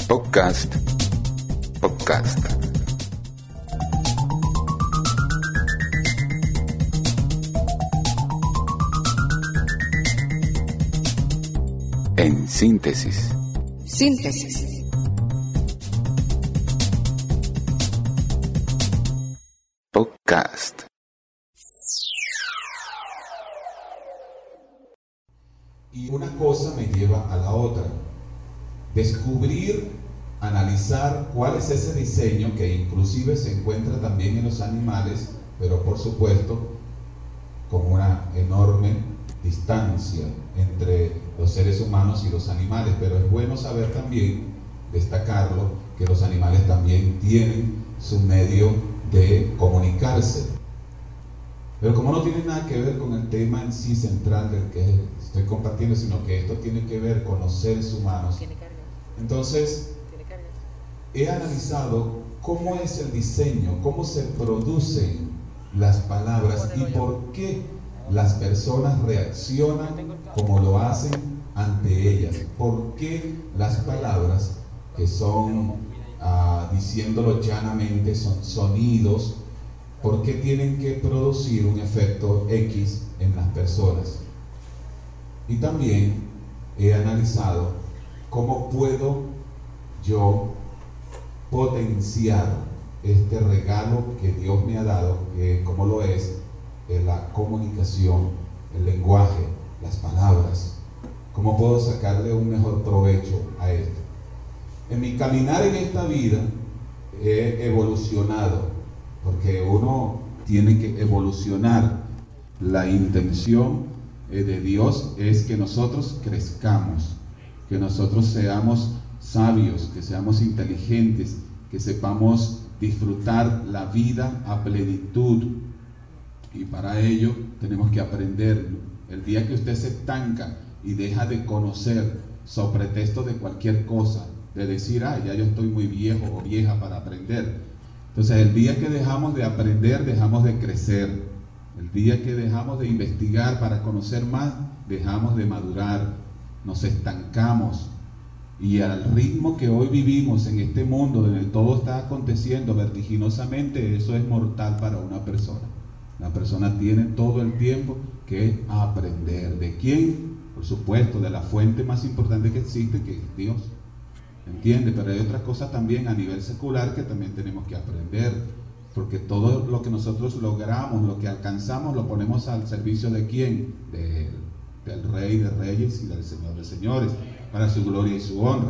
Podcast. En síntesis. Podcast. Y una cosa me lleva a la otra. Descubrir, analizar cuál es ese diseño que inclusive se encuentra también en los animales, pero por supuesto con una enorme distancia entre los seres humanos y los animales. Pero es bueno saber también, destacarlo, que los animales también tienen su medio de comunicarse. Pero como no tiene nada que ver con el tema en sí central del que estoy compartiendo, sino que esto tiene que ver con los seres humanos, entonces he analizado cómo es el diseño, cómo se producen las palabras y por qué las personas reaccionan como lo hacen ante ellas. ¿Por qué las palabras, que son, diciéndolo llanamente, son sonidos, por qué tienen que producir un efecto X en las personas? Y también he analizado cómo puedo yo potenciar este regalo que Dios me ha dado, que como lo es la comunicación, el lenguaje, las palabras. ¿Cómo puedo sacarle un mejor provecho a esto? En mi caminar en esta vida he evolucionado, porque uno tiene que evolucionar. La intención de Dios es que nosotros crezcamos, que nosotros seamos sabios, que seamos inteligentes, que sepamos disfrutar la vida a plenitud. Y para ello tenemos que aprender. El día que usted se estanca y deja de conocer, sobre pretexto de cualquier cosa, de decir, ya yo estoy muy viejo o vieja para aprender. Entonces el día que dejamos de aprender, dejamos de crecer. El día que dejamos de investigar para conocer más, dejamos de madurar, nos estancamos. Y al ritmo que hoy vivimos en este mundo, donde todo está aconteciendo vertiginosamente, eso es mortal para una persona. La persona tiene todo el tiempo que aprender. ¿De quién? Por supuesto, de la fuente más importante que existe, que es Dios. ¿Entiende? Pero hay otras cosas también a nivel secular que también tenemos que aprender, porque todo lo que nosotros logramos, lo que alcanzamos, lo ponemos al servicio ¿de quién? Del Rey de Reyes y del Señor de Señores, para su gloria y su honra.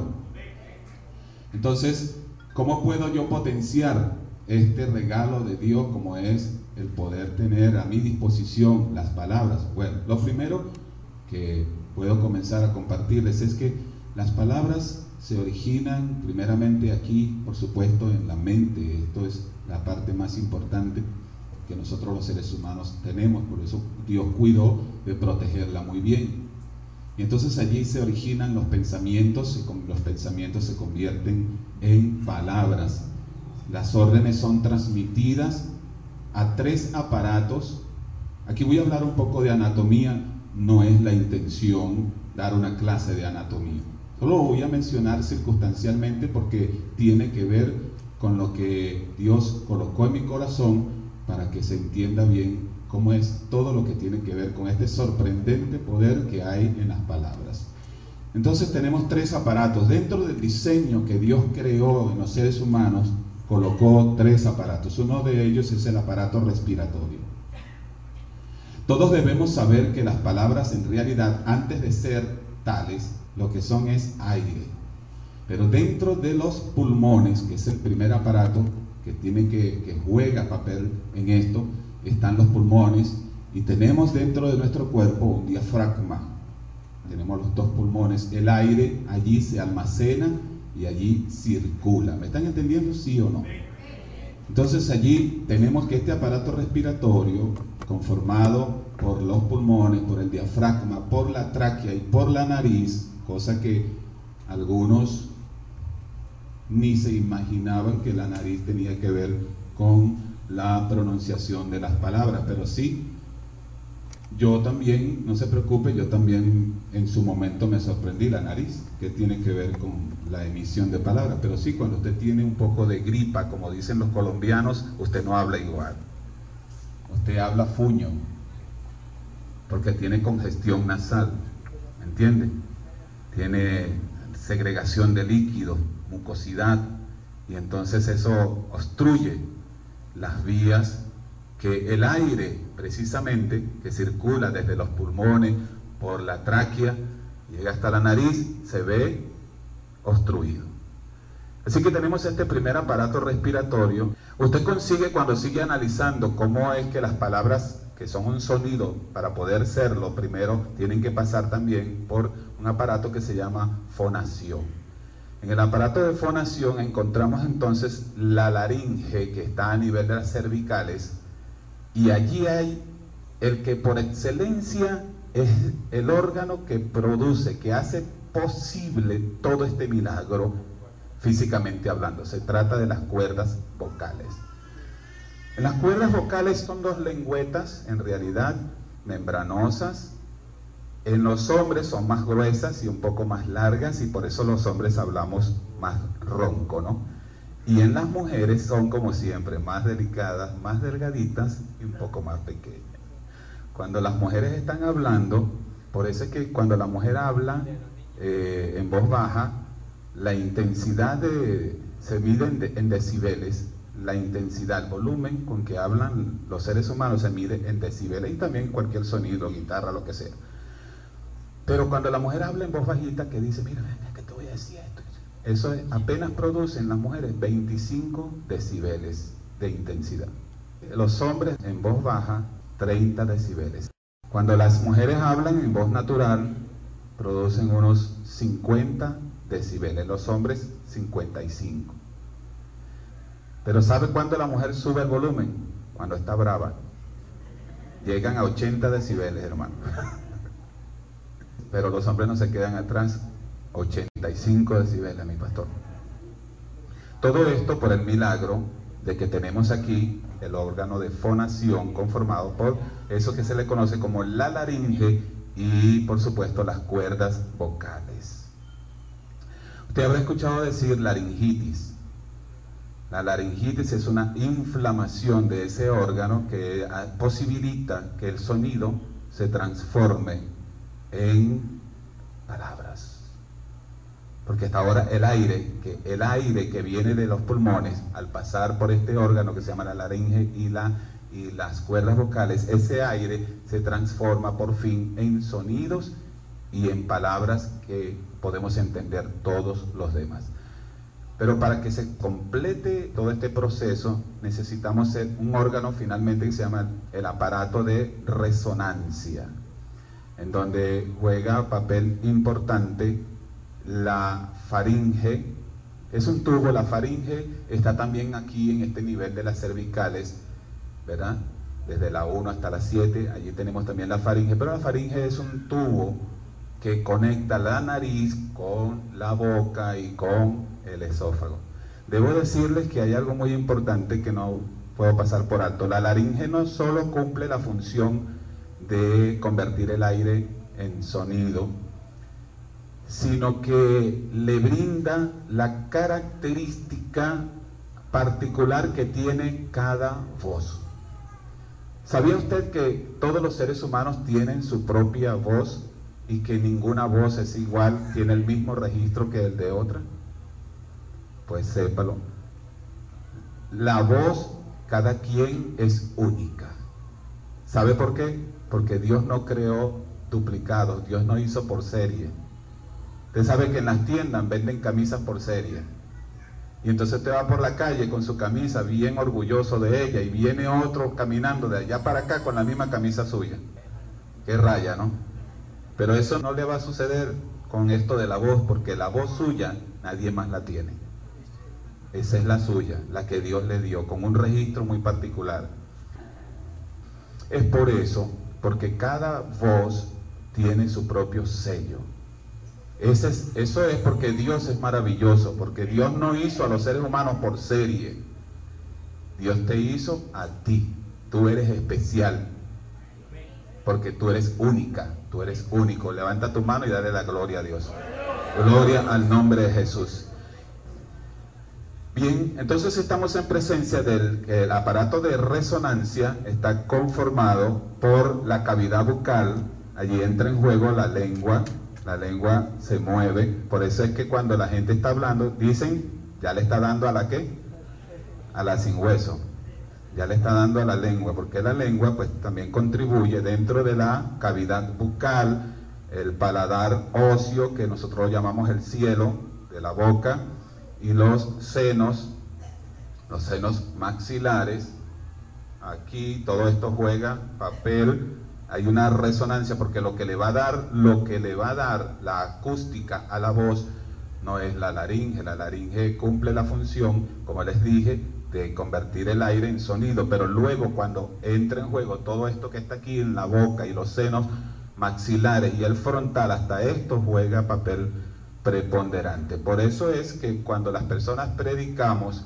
Entonces, ¿cómo puedo yo potenciar este regalo de Dios como es el poder tener a mi disposición las palabras? Bueno, lo primero que puedo comenzar a compartirles es que las palabras se originan primeramente aquí, por supuesto, en la mente. Esto es la parte más importante que nosotros los seres humanos tenemos, por eso Dios cuidó de protegerla muy bien. Y entonces allí se originan los pensamientos, y los pensamientos se convierten en palabras. Las órdenes son transmitidas a 3 aparatos. Aquí voy a hablar un poco de anatomía, no es la intención dar una clase de anatomía. Solo lo voy a mencionar circunstancialmente porque tiene que ver con lo que Dios colocó en mi corazón para que se entienda bien cómo es todo lo que tiene que ver con este sorprendente poder que hay en las palabras. Entonces tenemos 3 aparatos. Dentro del diseño que Dios creó en los seres humanos, colocó 3 aparatos. Uno de ellos es el aparato respiratorio. Todos debemos saber que las palabras en realidad, antes de ser tales, lo que son es aire. Pero dentro de los pulmones, que es el primer aparato que juega papel en esto, están los pulmones, y tenemos dentro de nuestro cuerpo un diafragma. Tenemos los 2 pulmones. El aire allí se almacena y allí circula. ¿Me están entendiendo, sí o no? Entonces allí tenemos que este aparato respiratorio, conformado por los pulmones, por el diafragma, por la tráquea y por la nariz, cosa que algunos ni se imaginaban que la nariz tenía que ver con la pronunciación de las palabras, pero sí, Yo también, no se preocupe, yo también en su momento me sorprendí la nariz, que tiene que ver con la emisión de palabras, pero sí, cuando usted tiene un poco de gripa, como dicen los colombianos, usted no habla igual, usted habla fuño, porque tiene congestión nasal, ¿me entiende? Tiene segregación de líquidos, mucosidad, y entonces eso obstruye las vías que el aire, precisamente, que circula desde los pulmones, por la tráquea, llega hasta la nariz, se ve obstruido. Así que tenemos este primer aparato respiratorio. Usted consigue, cuando sigue analizando cómo es que las palabras que son un sonido, para poder serlo, primero tienen que pasar también por un aparato que se llama fonación. En el aparato de fonación encontramos entonces la laringe, que está a nivel de las cervicales, y allí hay el que por excelencia es el órgano que produce, que hace posible todo este milagro físicamente hablando. Se trata de las cuerdas vocales. En las cuerdas vocales son dos lengüetas, en realidad, membranosas. En los hombres son más gruesas y un poco más largas, y por eso los hombres hablamos más ronco, ¿no? Y en las mujeres son, como siempre, más delicadas, más delgaditas y un poco más pequeñas. Cuando las mujeres están hablando, por eso es que cuando la mujer habla en voz baja, la intensidad se mide en decibeles. La intensidad, el volumen con que hablan los seres humanos se mide en decibeles, y también cualquier sonido, guitarra, lo que sea. Pero cuando la mujer habla en voz bajita, que dice, mira, que te voy a decir esto, eso apenas producen las mujeres 25 decibeles de intensidad. Los hombres en voz baja, 30 decibeles. Cuando las mujeres hablan en voz natural, producen unos 50 decibeles, los hombres 55. Pero ¿sabe cuándo la mujer sube el volumen? Cuando está brava. Llegan a 80 decibeles, hermano. Pero los hombres no se quedan atrás. 85 decibeles, mi pastor. Todo esto por el milagro de que tenemos aquí el órgano de fonación conformado por eso que se le conoce como la laringe y, por supuesto, las cuerdas vocales. Usted habrá escuchado decir laringitis. La laringitis es una inflamación de ese órgano que posibilita que el sonido se transforme en palabras. Porque hasta ahora el aire que viene de los pulmones, al pasar por este órgano que se llama la laringe y las cuerdas vocales, ese aire se transforma por fin en sonidos y en palabras que podemos entender todos los demás. Pero para que se complete todo este proceso, necesitamos un órgano finalmente que se llama el aparato de resonancia, en donde juega papel importante la faringe. Es un tubo, la faringe está también aquí en este nivel de las cervicales, ¿verdad? Desde la 1 hasta la 7, allí tenemos también la faringe, pero la faringe es un tubo que conecta la nariz con la boca y con el esófago. Debo decirles que hay algo muy importante que no puedo pasar por alto. La laringe no solo cumple la función de convertir el aire en sonido, sino que le brinda la característica particular que tiene cada voz. ¿Sabía usted que todos los seres humanos tienen su propia voz y que ninguna voz es igual, tiene el mismo registro que el de otra? Pues sépalo. La voz, cada quien es única. ¿Sabe por qué? Porque Dios no creó duplicados, Dios no hizo por serie. Usted sabe que en las tiendas venden camisas por serie. Y entonces usted va por la calle con su camisa bien orgulloso de ella y viene otro caminando de allá para acá con la misma camisa suya. Qué raya, ¿no? Pero eso no le va a suceder con esto de la voz, porque la voz suya nadie más la tiene. Esa es la suya, la que Dios le dio, con un registro muy particular. Es por eso, porque cada voz tiene su propio sello. Eso es porque Dios es maravilloso, porque Dios no hizo a los seres humanos por serie. Dios te hizo a ti, tú eres especial. porque tú eres única, tú eres único. Levanta tu mano y dale la gloria a Dios. Gloria al nombre de Jesús. Bien, entonces estamos en presencia del aparato de resonancia. Está conformado por la cavidad bucal. Allí entra en juego la lengua se mueve. Por eso es que cuando la gente está hablando, dicen, ya le está dando a la ¿qué? A la sin hueso. Ya le está dando a la lengua, porque la lengua pues también contribuye dentro de la cavidad bucal, el paladar óseo, que nosotros llamamos el cielo de la boca, y los senos maxilares. Aquí todo esto juega papel. Hay una resonancia, porque lo que le va a dar la acústica a la voz no es la laringe. La laringe cumple la función, como les dije, de convertir el aire en sonido, pero luego cuando entra en juego todo esto que está aquí en la boca y los senos maxilares y el frontal, hasta esto juega papel preponderante. Por eso es que cuando las personas predicamos,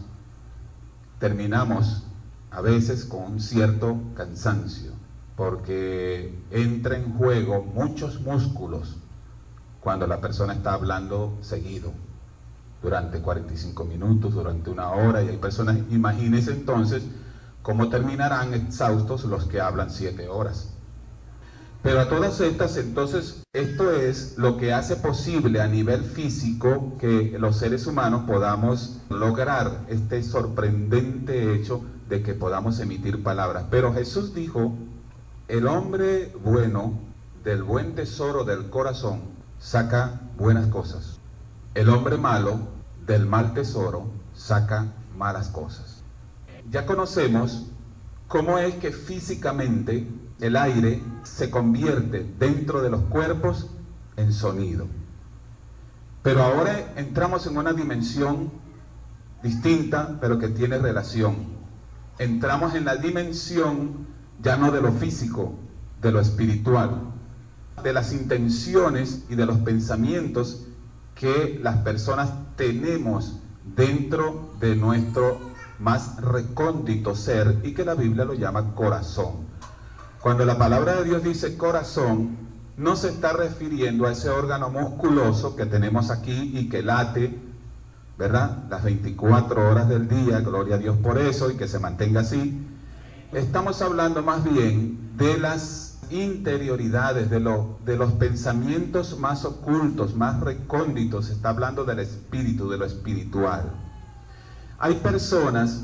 terminamos a veces con un cierto cansancio, porque entra en juego muchos músculos cuando la persona está hablando seguido, durante 45 minutos, durante una hora, y hay personas, imagínense entonces cómo terminarán exhaustos los que hablan 7 horas. Pero a todas estas, entonces, esto es lo que hace posible a nivel físico que los seres humanos podamos lograr este sorprendente hecho de que podamos emitir palabras. Pero Jesús dijo, el hombre bueno, del buen tesoro del corazón, saca buenas cosas. El hombre malo, del mal tesoro, saca malas cosas. Ya conocemos cómo es que físicamente el aire se convierte dentro de los cuerpos en sonido. Pero ahora entramos en una dimensión distinta, pero que tiene relación. Entramos en la dimensión ya no de lo físico, de lo espiritual, de las intenciones y de los pensamientos que las personas tenemos dentro de nuestro más recóndito ser, y que la Biblia lo llama corazón. Cuando la palabra de Dios dice corazón, no se está refiriendo a ese órgano musculoso que tenemos aquí y que late, ¿verdad?, las 24 horas del día, gloria a Dios por eso, y que se mantenga así. Estamos hablando más bien de las interioridades, de los pensamientos más ocultos, más recónditos. Se está hablando del espíritu, de lo espiritual. Hay personas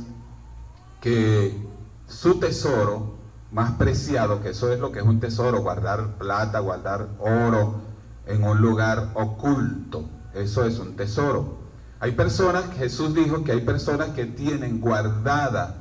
que su tesoro más preciado, que eso es lo que es un tesoro, guardar plata, guardar oro en un lugar oculto, eso es un tesoro. Hay personas, Jesús dijo que hay personas que tienen guardadas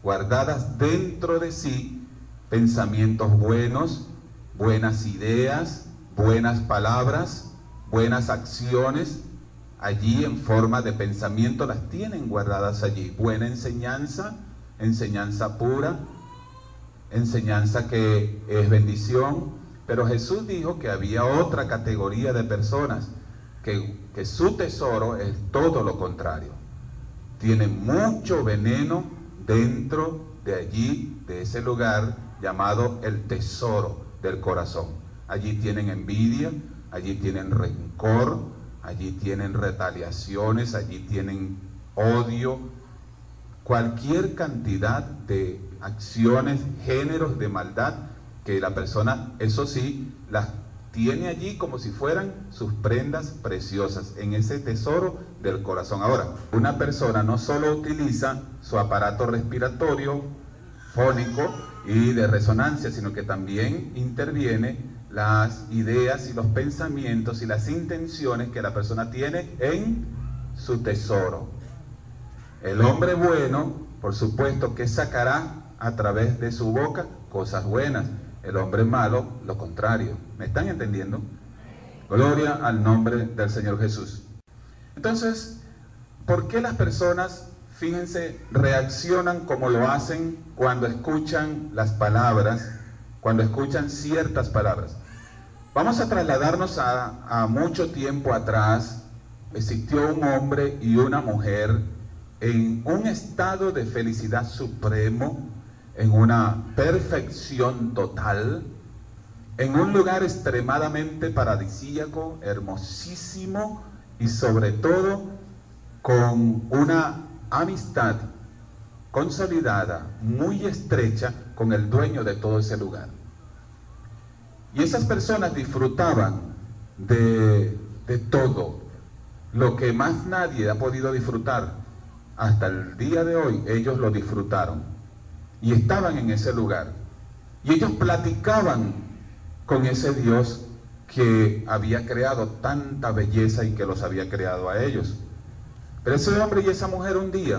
dentro de sí pensamientos buenos, buenas ideas, buenas palabras, buenas acciones. Allí en forma de pensamiento las tienen guardadas allí. Buena enseñanza, enseñanza pura, enseñanza que es bendición. Pero Jesús dijo que había otra categoría de personas que su tesoro es todo lo contrario. Tiene mucho veneno dentro de allí, de ese lugar llamado el tesoro del corazón. Allí tienen envidia, allí tienen rencor, allí tienen retaliaciones, allí tienen odio, cualquier cantidad de acciones, géneros de maldad que la persona, eso sí, las tiene allí como si fueran sus prendas preciosas, en ese tesoro del corazón. Ahora, una persona no solo utiliza su aparato respiratorio, fónico y de resonancia, sino que también interviene las ideas y los pensamientos y las intenciones que la persona tiene en su tesoro. El hombre bueno, por supuesto, que sacará a través de su boca cosas buenas. El hombre malo, lo contrario. ¿Me están entendiendo? Gloria al nombre del Señor Jesús. Entonces, ¿por qué las personas, fíjense, reaccionan como lo hacen cuando escuchan las palabras, cuando escuchan ciertas palabras? Vamos a trasladarnos a mucho tiempo atrás. Existió un hombre y una mujer en un estado de felicidad supremo, en una perfección total, en un lugar extremadamente paradisíaco, hermosísimo y sobre todo con una amistad consolidada, muy estrecha con el dueño de todo ese lugar. Y esas personas disfrutaban de todo, lo que más nadie ha podido disfrutar. Hasta el día de hoy ellos lo disfrutaron y estaban en ese lugar. Y ellos platicaban con ese Dios que había creado tanta belleza y que los había creado a ellos. Pero ese hombre y esa mujer un día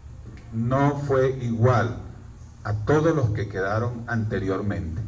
no fue igual a todos los que quedaron anteriormente.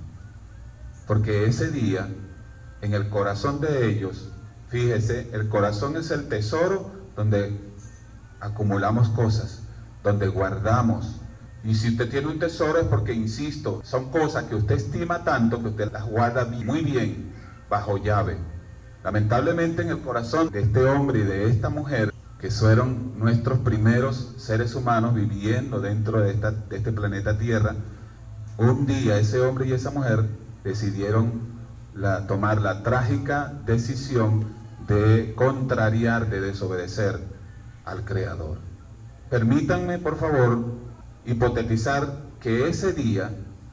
Porque ese día, en el corazón de ellos, fíjese, el corazón es el tesoro donde acumulamos cosas, donde guardamos. Y si usted tiene un tesoro es porque, insisto, son cosas que usted estima tanto que usted las guarda muy bien, bajo llave. Lamentablemente en el corazón de este hombre y de esta mujer, que fueron nuestros primeros seres humanos viviendo dentro de este planeta Tierra, un día ese hombre y esa mujer decidieron tomar la trágica decisión de contrariar, de desobedecer al Creador. Permítanme, por favor, hipotetizar que ese día,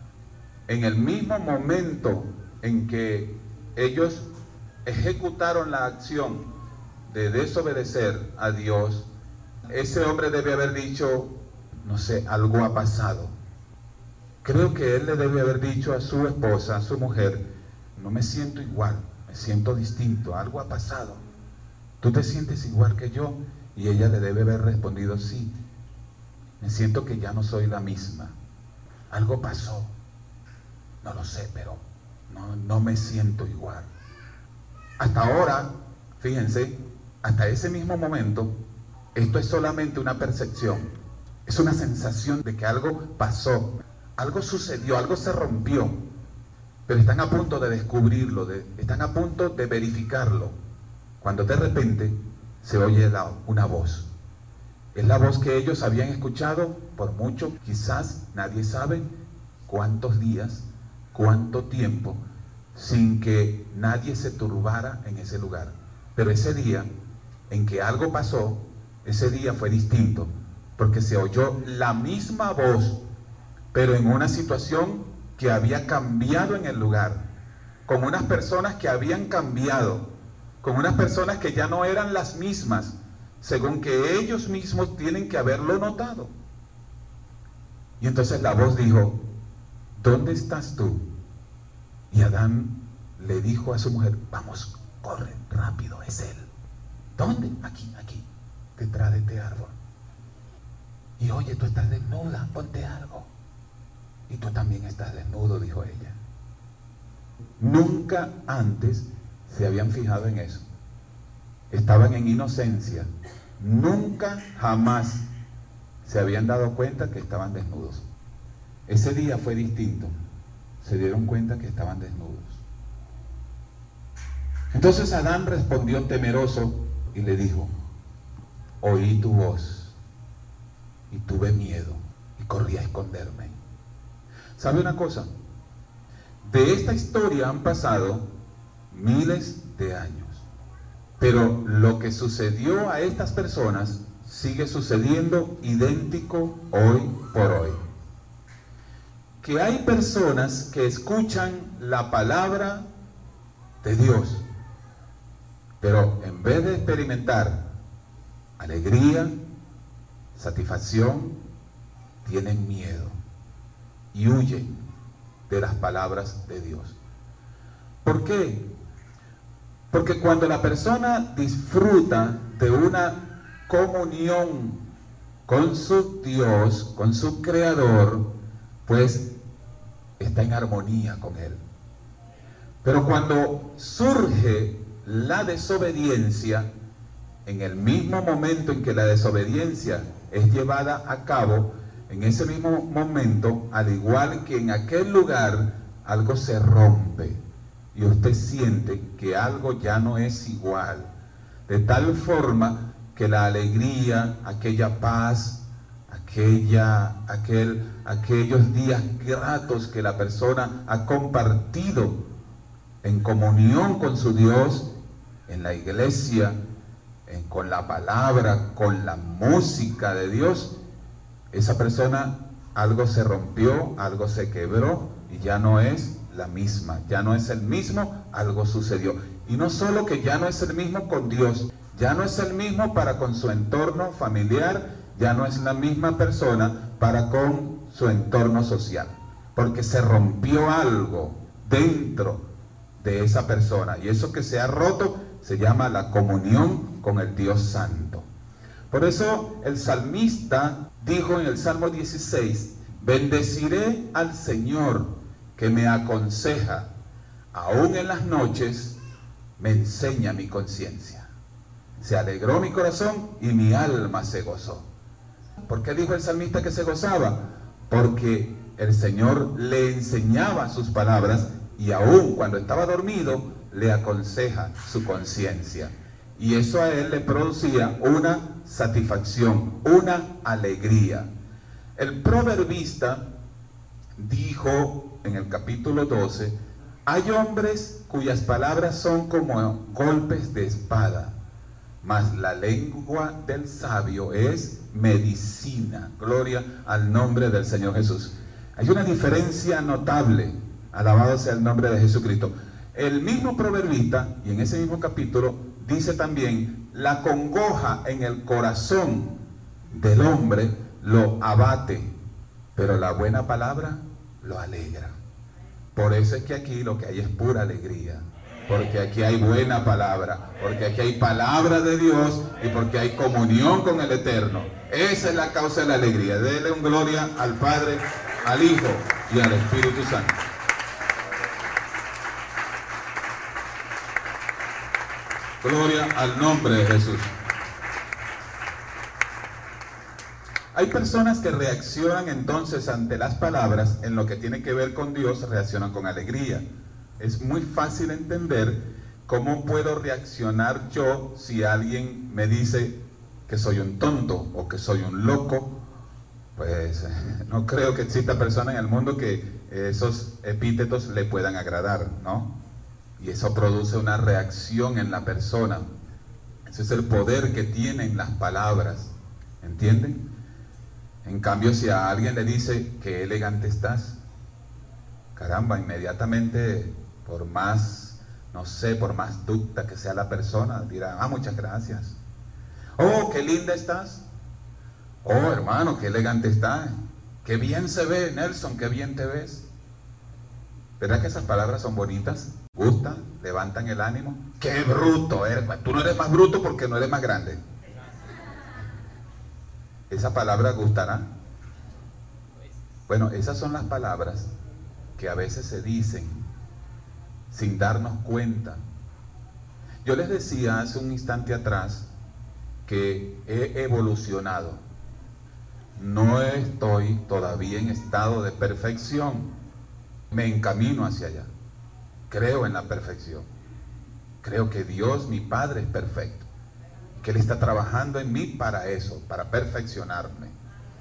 en el mismo momento en que ellos ejecutaron la acción de desobedecer a Dios, ese hombre debe haber dicho, no sé, algo ha pasado. Creo que él le debe haber dicho a su esposa, a su mujer, no me siento igual, me siento distinto, algo ha pasado. ¿Tú te sientes igual que yo? Y ella le debe haber respondido, sí, me siento que ya no soy la misma. Algo pasó, no lo sé, pero no me siento igual. Hasta ahora, fíjense, hasta ese mismo momento, esto es solamente una percepción, es una sensación de que algo pasó, algo sucedió, algo se rompió, pero están a punto de descubrirlo, están a punto de verificarlo, cuando de repente se oye una voz. Es la voz que ellos habían escuchado por mucho, quizás nadie sabe cuántos días, cuánto tiempo, sin que nadie se turbara en ese lugar. Pero ese día en que algo pasó, ese día fue distinto, porque se oyó la misma voz, pero en una situación que había cambiado en el lugar, con unas personas que habían cambiado, con unas personas que ya no eran las mismas, según que ellos mismos tienen que haberlo notado. Y entonces la voz dijo, ¿dónde estás tú? Y Adán le dijo a su mujer, vamos, corre, rápido, es él. ¿Dónde? Aquí, detrás de este árbol. Y oye, tú estás desnuda, ponte algo. Y tú también estás desnudo, dijo ella. Nunca antes se habían fijado en eso. Estaban en inocencia. Nunca, jamás se habían dado cuenta que estaban desnudos. Ese día fue distinto. Se dieron cuenta que estaban desnudos. Entonces Adán respondió temeroso y le dijo, oí tu voz y tuve miedo y corrí a esconderme. ¿Sabe una cosa? De esta historia han pasado miles de años, pero lo que sucedió a estas personas sigue sucediendo idéntico hoy por hoy. Que hay personas que escuchan la palabra de Dios, pero en vez de experimentar alegría, satisfacción, tienen miedo y huyen de las palabras de Dios. ¿Por qué? Porque cuando la persona disfruta de una comunión con su Dios, con su Creador, pues está en armonía con Él. Pero cuando surge la desobediencia, en el mismo momento en que la desobediencia es llevada a cabo, en ese mismo momento, al igual que en aquel lugar, algo se rompe y usted siente que algo ya no es igual, de tal forma que la alegría, aquella paz, aquellos días gratos que la persona ha compartido en comunión con su Dios, en la iglesia, con la palabra, con la música de Dios, esa persona algo se rompió, algo se quebró y ya no es la misma, ya no es el mismo, algo sucedió. Y no solo que ya no es el mismo con Dios, ya no es el mismo para con su entorno familiar, ya no es la misma persona para con su entorno social, porque se rompió algo dentro de esa persona, y eso que se ha roto se llama la comunión con el Dios Santo. Por eso el salmista dijo en el Salmo 16, bendeciré al Señor que me aconseja, aún en las noches me enseña mi conciencia. Se alegró mi corazón y mi alma se gozó. ¿Por qué dijo el salmista que se gozaba? Porque el Señor le enseñaba sus palabras y aún cuando estaba dormido le aconseja su conciencia. Y eso a él le producía una satisfacción, una alegría. El proverbista dijo en el capítulo 12, hay hombres cuyas palabras son como golpes de espada, mas la lengua del sabio es medicina. Gloria al nombre del Señor Jesús. Hay una diferencia notable, alabado sea el nombre de Jesucristo. El mismo proverbista, y en ese mismo capítulo, dice también, la congoja en el corazón del hombre lo abate, pero la buena palabra lo alegra. Por eso es que aquí lo que hay es pura alegría, porque aquí hay buena palabra, porque aquí hay palabra de Dios y porque hay comunión con el Eterno. Esa es la causa de la alegría. Dele un gloria al Padre, al Hijo y al Espíritu Santo. Gloria al nombre de Jesús. Hay personas que reaccionan entonces ante las palabras en lo que tiene que ver con Dios, reaccionan con alegría. Es muy fácil entender cómo puedo reaccionar yo si alguien me dice que soy un tonto o que soy un loco. Pues no creo que exista persona en el mundo que esos epítetos le puedan agradar, ¿no? Y eso produce una reacción en la persona. Ese es el poder que tienen las palabras, ¿entienden? En cambio, si a alguien le dice, qué elegante estás, caramba, inmediatamente, por más, no sé, por más ducta que sea la persona, dirá, muchas gracias. Oh, qué linda estás. Oh, hermano, qué elegante estás. Qué bien se ve, Nelson, qué bien te ves. ¿Verdad que esas palabras son bonitas? Gustan, levantan el ánimo. ¡Qué bruto eres! Tú no eres más bruto porque no eres más grande. ¿Esa palabra gustará? Bueno, esas son las palabras que a veces se dicen sin darnos cuenta. Yo les decía hace un instante atrás que he evolucionado. No estoy todavía en estado de perfección. Me encamino hacia allá. Creo en la perfección. Creo que Dios, mi Padre, es perfecto. Que Él está trabajando en mí para eso, para perfeccionarme.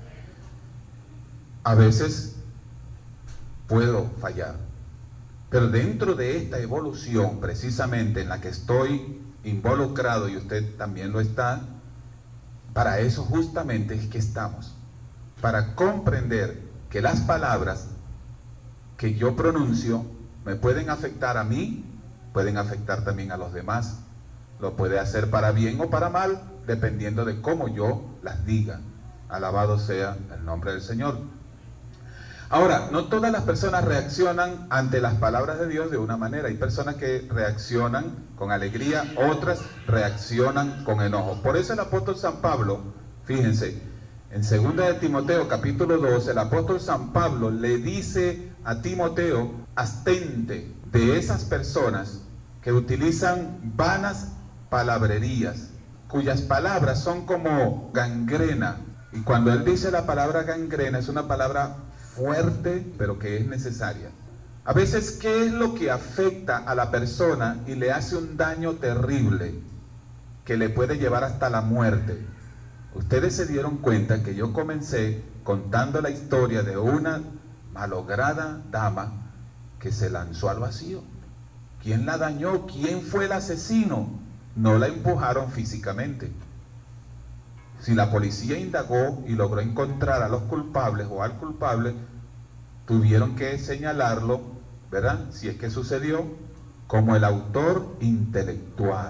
A veces puedo fallar, pero dentro de esta evolución, precisamente en la que estoy involucrado, y usted también lo está, para eso justamente es que estamos, para comprender que las palabras que yo pronuncio me pueden afectar a mí, pueden afectar también a los demás. Lo puede hacer para bien o para mal, dependiendo de cómo yo las diga. Alabado sea el nombre del Señor. Ahora, no todas las personas reaccionan ante las palabras de Dios de una manera. Hay personas que reaccionan con alegría, otras reaccionan con enojo. Por eso el apóstol San Pablo, fíjense, en 2 de Timoteo capítulo 2, el apóstol San Pablo le dice a Timoteo, abstente de esas personas que utilizan vanas palabrerías, cuyas palabras son como gangrena. Y cuando él dice la palabra gangrena, es una palabra fuerte, pero que es necesaria. A veces, ¿qué es lo que afecta a la persona y le hace un daño terrible que le puede llevar hasta la muerte? Ustedes se dieron cuenta que yo comencé contando la historia de una malograda dama que se lanzó al vacío. ¿Quién la dañó? ¿Quién fue el asesino? No la empujaron físicamente. Si la policía indagó y logró encontrar a los culpables o al culpable, tuvieron que señalarlo, ¿verdad? Si es que sucedió, como el autor intelectual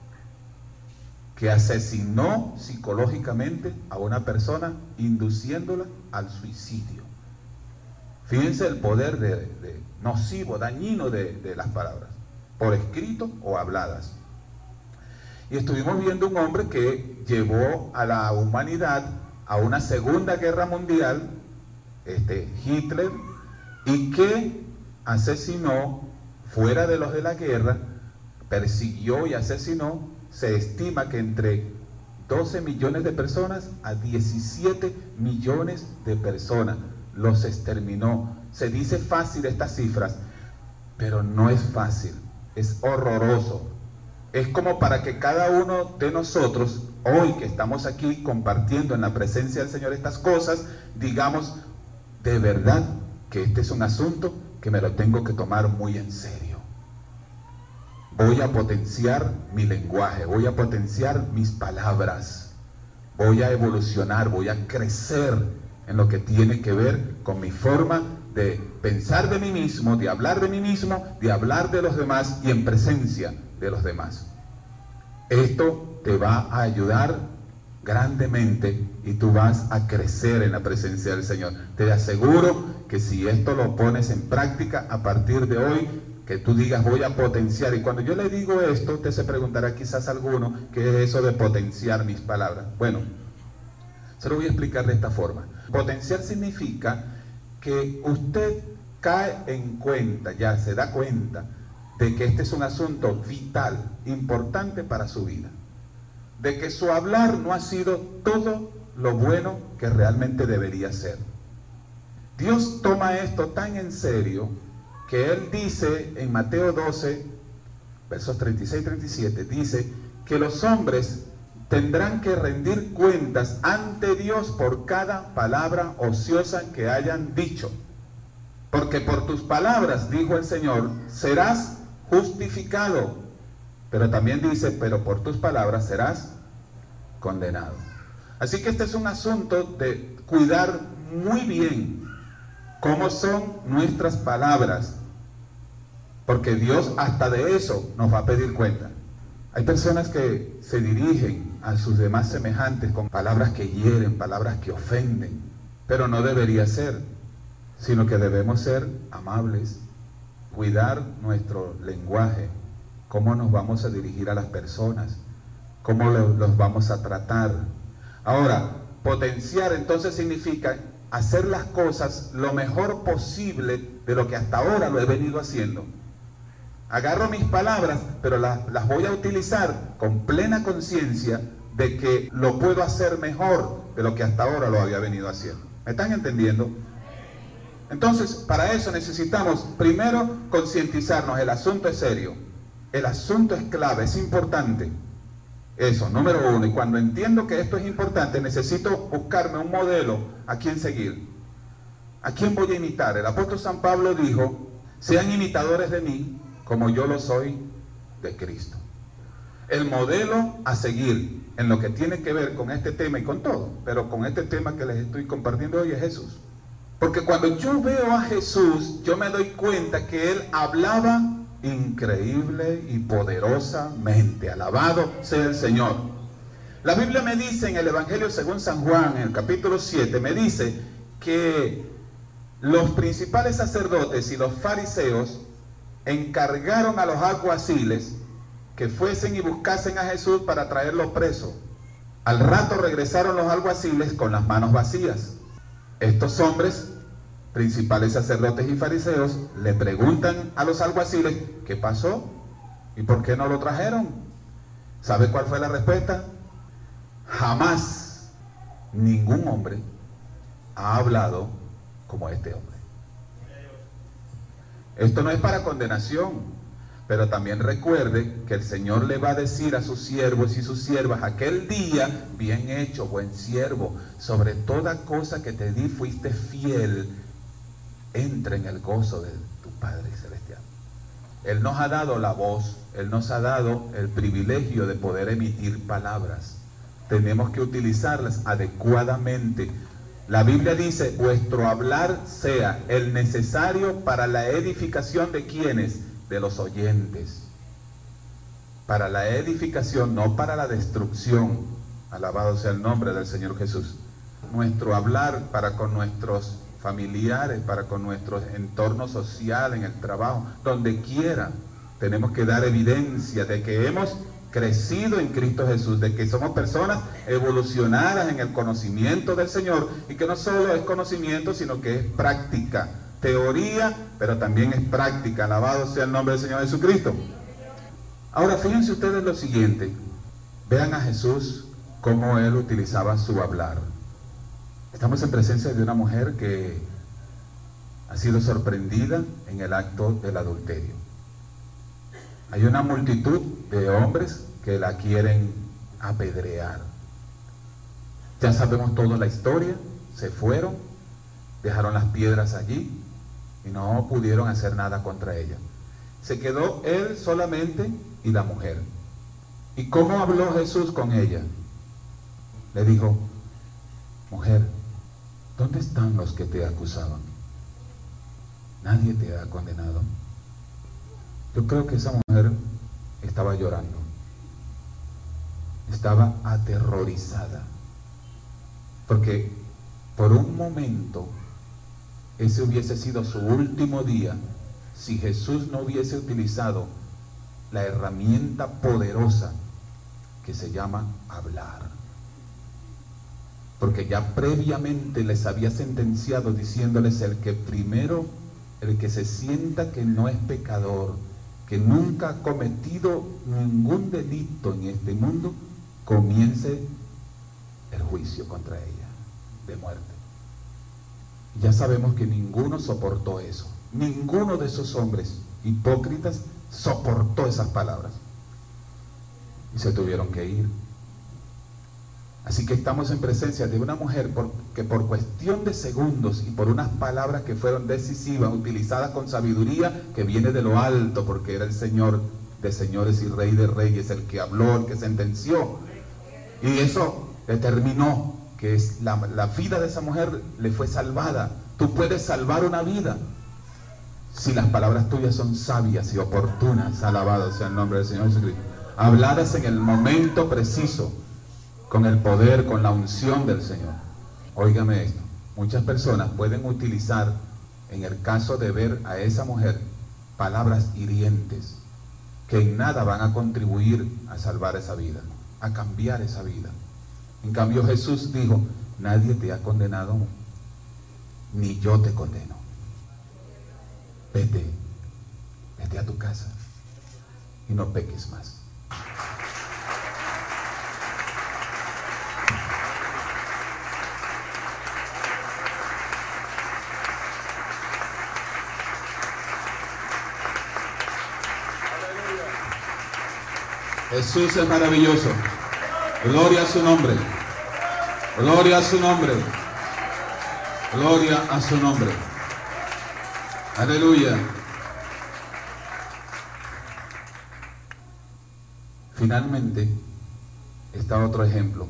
que asesinó psicológicamente a una persona, induciéndola al suicidio. Fíjense el poder nocivo, dañino de las palabras, por escrito o habladas. Y estuvimos viendo un hombre que llevó a la humanidad a una Segunda Guerra Mundial, Hitler, y que asesinó, fuera de los de la guerra, persiguió y asesinó, se estima que entre 12 millones de personas a 17 millones de personas. Los exterminó. Se dice fácil estas cifras, pero no es fácil, es horroroso. Es como para que cada uno de nosotros, hoy que estamos aquí compartiendo en la presencia del Señor estas cosas, digamos, de verdad que este es un asunto que me lo tengo que tomar muy en serio. Voy a potenciar mi lenguaje, voy a potenciar mis palabras, voy a evolucionar, voy a crecer en lo que tiene que ver con mi forma de pensar de mí mismo, de hablar de mí mismo, de hablar de los demás y en presencia de los demás. Esto te va a ayudar grandemente y tú vas a crecer en la presencia del Señor. Te aseguro que si esto lo pones en práctica a partir de hoy, que tú digas voy a potenciar, y cuando yo le digo esto, usted se preguntará quizás alguno, ¿qué es eso de potenciar mis palabras? Bueno, se lo voy a explicar de esta forma. Potenciar significa que usted cae en cuenta, ya se da cuenta, de que este es un asunto vital, importante para su vida, de que su hablar no ha sido todo lo bueno que realmente debería ser. Dios toma esto tan en serio que Él dice en Mateo 12, versos 36 y 37, dice que los hombres tendrán que rendir cuentas ante Dios por cada palabra ociosa que hayan dicho. Porque por tus palabras, dijo el Señor, serás justificado. Pero también dice, pero por tus palabras serás condenado. Así que este es un asunto de cuidar muy bien cómo son nuestras palabras, porque Dios hasta de eso nos va a pedir cuenta. Hay personas que se dirigen a sus demás semejantes con palabras que hieren, palabras que ofenden, pero no debería ser, sino que debemos ser amables, cuidar nuestro lenguaje, cómo nos vamos a dirigir a las personas, cómo los vamos a tratar. Ahora, potenciar entonces significa hacer las cosas lo mejor posible de lo que hasta ahora lo he venido haciendo. Agarro mis palabras, pero las voy a utilizar con plena conciencia de que lo puedo hacer mejor de lo que hasta ahora lo había venido haciendo. ¿Me están entendiendo? Entonces, para eso necesitamos primero concientizarnos. El asunto es serio, el asunto es clave, es importante. Eso, número uno. Y cuando entiendo que esto es importante, necesito buscarme un modelo a quien seguir. ¿A quién voy a imitar? El apóstol San Pablo dijo, sean imitadores de mí como yo lo soy de Cristo. El modelo a seguir en lo que tiene que ver con este tema y con todo, pero con este tema que les estoy compartiendo hoy es Jesús. Porque cuando yo veo a Jesús, yo me doy cuenta que Él hablaba increíble y poderosamente. Alabado sea el Señor. La Biblia me dice en el Evangelio según San Juan, en el capítulo 7, me dice que los principales sacerdotes y los fariseos encargaron a los alguaciles que fuesen y buscasen a Jesús para traerlo preso. Al rato regresaron los alguaciles con las manos vacías. Estos hombres, principales sacerdotes y fariseos, le preguntan a los alguaciles, ¿qué pasó? ¿Y por qué no lo trajeron? ¿Sabe cuál fue la respuesta? Jamás ningún hombre ha hablado como este hombre. Esto no es para condenación, pero también recuerde que el Señor le va a decir a sus siervos y sus siervas aquel día, bien hecho, buen siervo, sobre toda cosa que te di fuiste fiel, entra en el gozo de tu Padre Celestial. Él nos ha dado la voz, Él nos ha dado el privilegio de poder emitir palabras. Tenemos que utilizarlas adecuadamente. La Biblia dice, vuestro hablar sea el necesario para la edificación de quienes, de los oyentes. Para la edificación, no para la destrucción. Alabado sea el nombre del Señor Jesús. Nuestro hablar para con nuestros familiares, para con nuestro entorno social, en el trabajo, donde quiera, tenemos que dar evidencia de que hemos crecido en Cristo Jesús, de que somos personas evolucionadas en el conocimiento del Señor, y que no solo es conocimiento, sino que es práctica, teoría, pero también es práctica. Alabado sea el nombre del Señor Jesucristo. Ahora fíjense ustedes lo siguiente, vean a Jesús cómo Él utilizaba su hablar. Estamos en presencia de una mujer que ha sido sorprendida en el acto del adulterio. Hay una multitud de hombres que la quieren apedrear. Ya sabemos toda la historia, se fueron, dejaron las piedras allí y no pudieron hacer nada contra ella. Se quedó él solamente y la mujer. ¿Y cómo habló Jesús con ella? Le dijo, mujer, ¿dónde están los que te acusaban? Nadie te ha condenado. Yo creo que esa mujer estaba llorando, estaba aterrorizada, porque por un momento ese hubiese sido su último día si Jesús no hubiese utilizado la herramienta poderosa que se llama hablar. Porque ya previamente les había sentenciado diciéndoles, el que se sienta que no es pecador, que nunca ha cometido ningún delito en este mundo, comience el juicio contra ella de muerte. Ya sabemos que ninguno soportó eso. Ninguno de esos hombres hipócritas soportó esas palabras y se tuvieron que ir. Así que estamos en presencia de una mujer que por cuestión de segundos y por unas palabras que fueron decisivas, utilizadas con sabiduría, que viene de lo alto, porque era el Señor de señores y Rey de reyes, el que habló, el que sentenció. Y eso determinó que la vida de esa mujer le fue salvada. Tú puedes salvar una vida si las palabras tuyas son sabias y oportunas. Alabado sea el nombre del Señor Jesucristo. Habladas en el momento preciso, con el poder, con la unción del Señor. Óigame esto, muchas personas pueden utilizar, en el caso de ver a esa mujer, palabras hirientes, que en nada van a contribuir a salvar esa vida, a cambiar esa vida. En cambio Jesús dijo, nadie te ha condenado, ni yo te condeno. Vete a tu casa y no peques más. Jesús es maravilloso. Gloria a su nombre. Gloria a su nombre. Gloria a su nombre. Aleluya. Finalmente está otro ejemplo.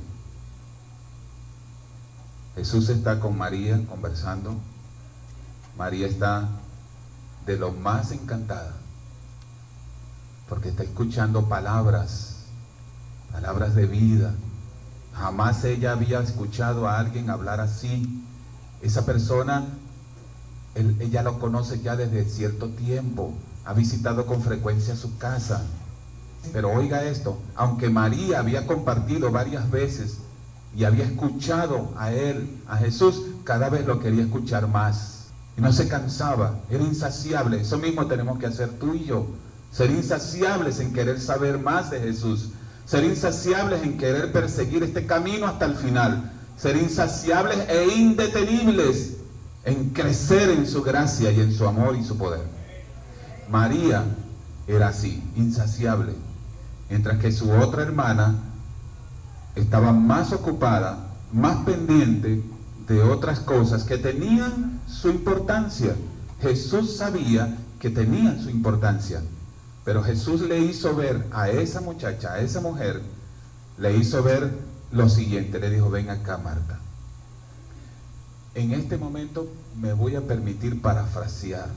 Jesús está con María conversando. María está de lo más encantada, porque está escuchando palabras de vida. Jamás ella había escuchado a alguien hablar así. Esa persona, ella lo conoce ya desde cierto tiempo, ha visitado con frecuencia su casa. Pero oiga esto, aunque María había compartido varias veces y había escuchado a él, a Jesús, cada vez lo quería escuchar más. Y no se cansaba, era insaciable. Eso mismo tenemos que hacer tú y yo. Ser insaciables en querer saber más de Jesús. Ser insaciables en querer perseguir este camino hasta el final. Ser insaciables e indetenibles en crecer en su gracia y en su amor y su poder. María era así, insaciable. Mientras que su otra hermana estaba más ocupada, más pendiente de otras cosas que tenían su importancia. Jesús sabía que tenían su importancia. Pero Jesús le hizo ver a esa muchacha, a esa mujer, le hizo ver lo siguiente. Le dijo: ven acá, Marta. En este momento me voy a permitir parafrasear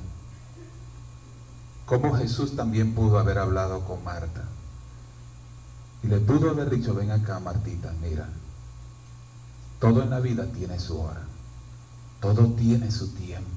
cómo Jesús también pudo haber hablado con Marta. Y le pudo haber dicho: ven acá, Martita, mira, todo en la vida tiene su hora, todo tiene su tiempo.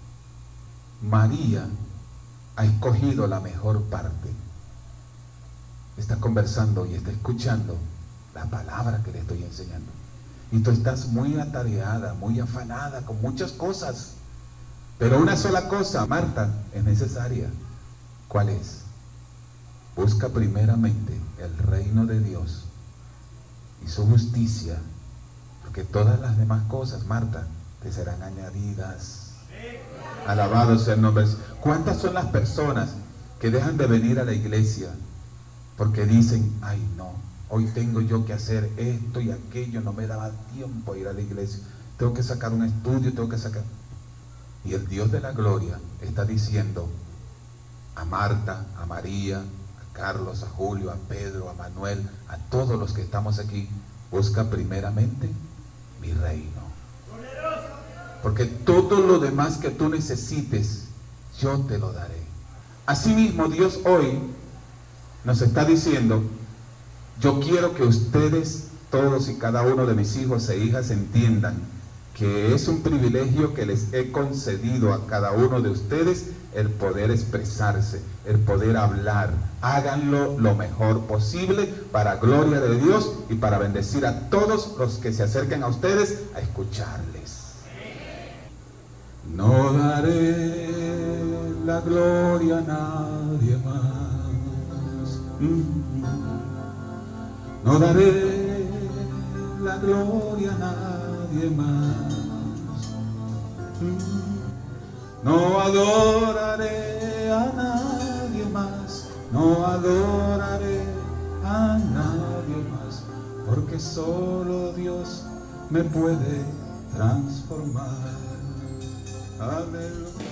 María ha escogido la mejor parte. Está conversando y está escuchando la palabra que le estoy enseñando. Y tú estás muy atareada, muy afanada con muchas cosas. Pero una sola cosa, Marta, es necesaria. ¿Cuál es? Busca primeramente el reino de Dios y su justicia, porque todas las demás cosas, Marta, te serán añadidas. Alabado sea el nombre. ¿Cuántas son las personas que dejan de venir a la iglesia porque dicen: ay no, hoy tengo yo que hacer esto y aquello, no me daba tiempo a ir a la iglesia, tengo que sacar un estudio, tengo que sacar... Y el Dios de la gloria está diciendo a Marta, a María, a Carlos, a Julio, a Pedro, a Manuel, a todos los que estamos aquí: busca primeramente mi reino, porque todo lo demás que tú necesites, yo te lo daré. Asimismo, Dios hoy nos está diciendo: yo quiero que ustedes, todos y cada uno de mis hijos e hijas, entiendan que es un privilegio que les he concedido a cada uno de ustedes el poder expresarse, el poder hablar. Háganlo lo mejor posible para gloria de Dios y para bendecir a todos los que se acerquen a ustedes a escucarles. No daré la gloria a nadie más. No daré la gloria a nadie más. No adoraré a nadie más. No adoraré a nadie más, porque solo Dios me puede transformar. Aleluya.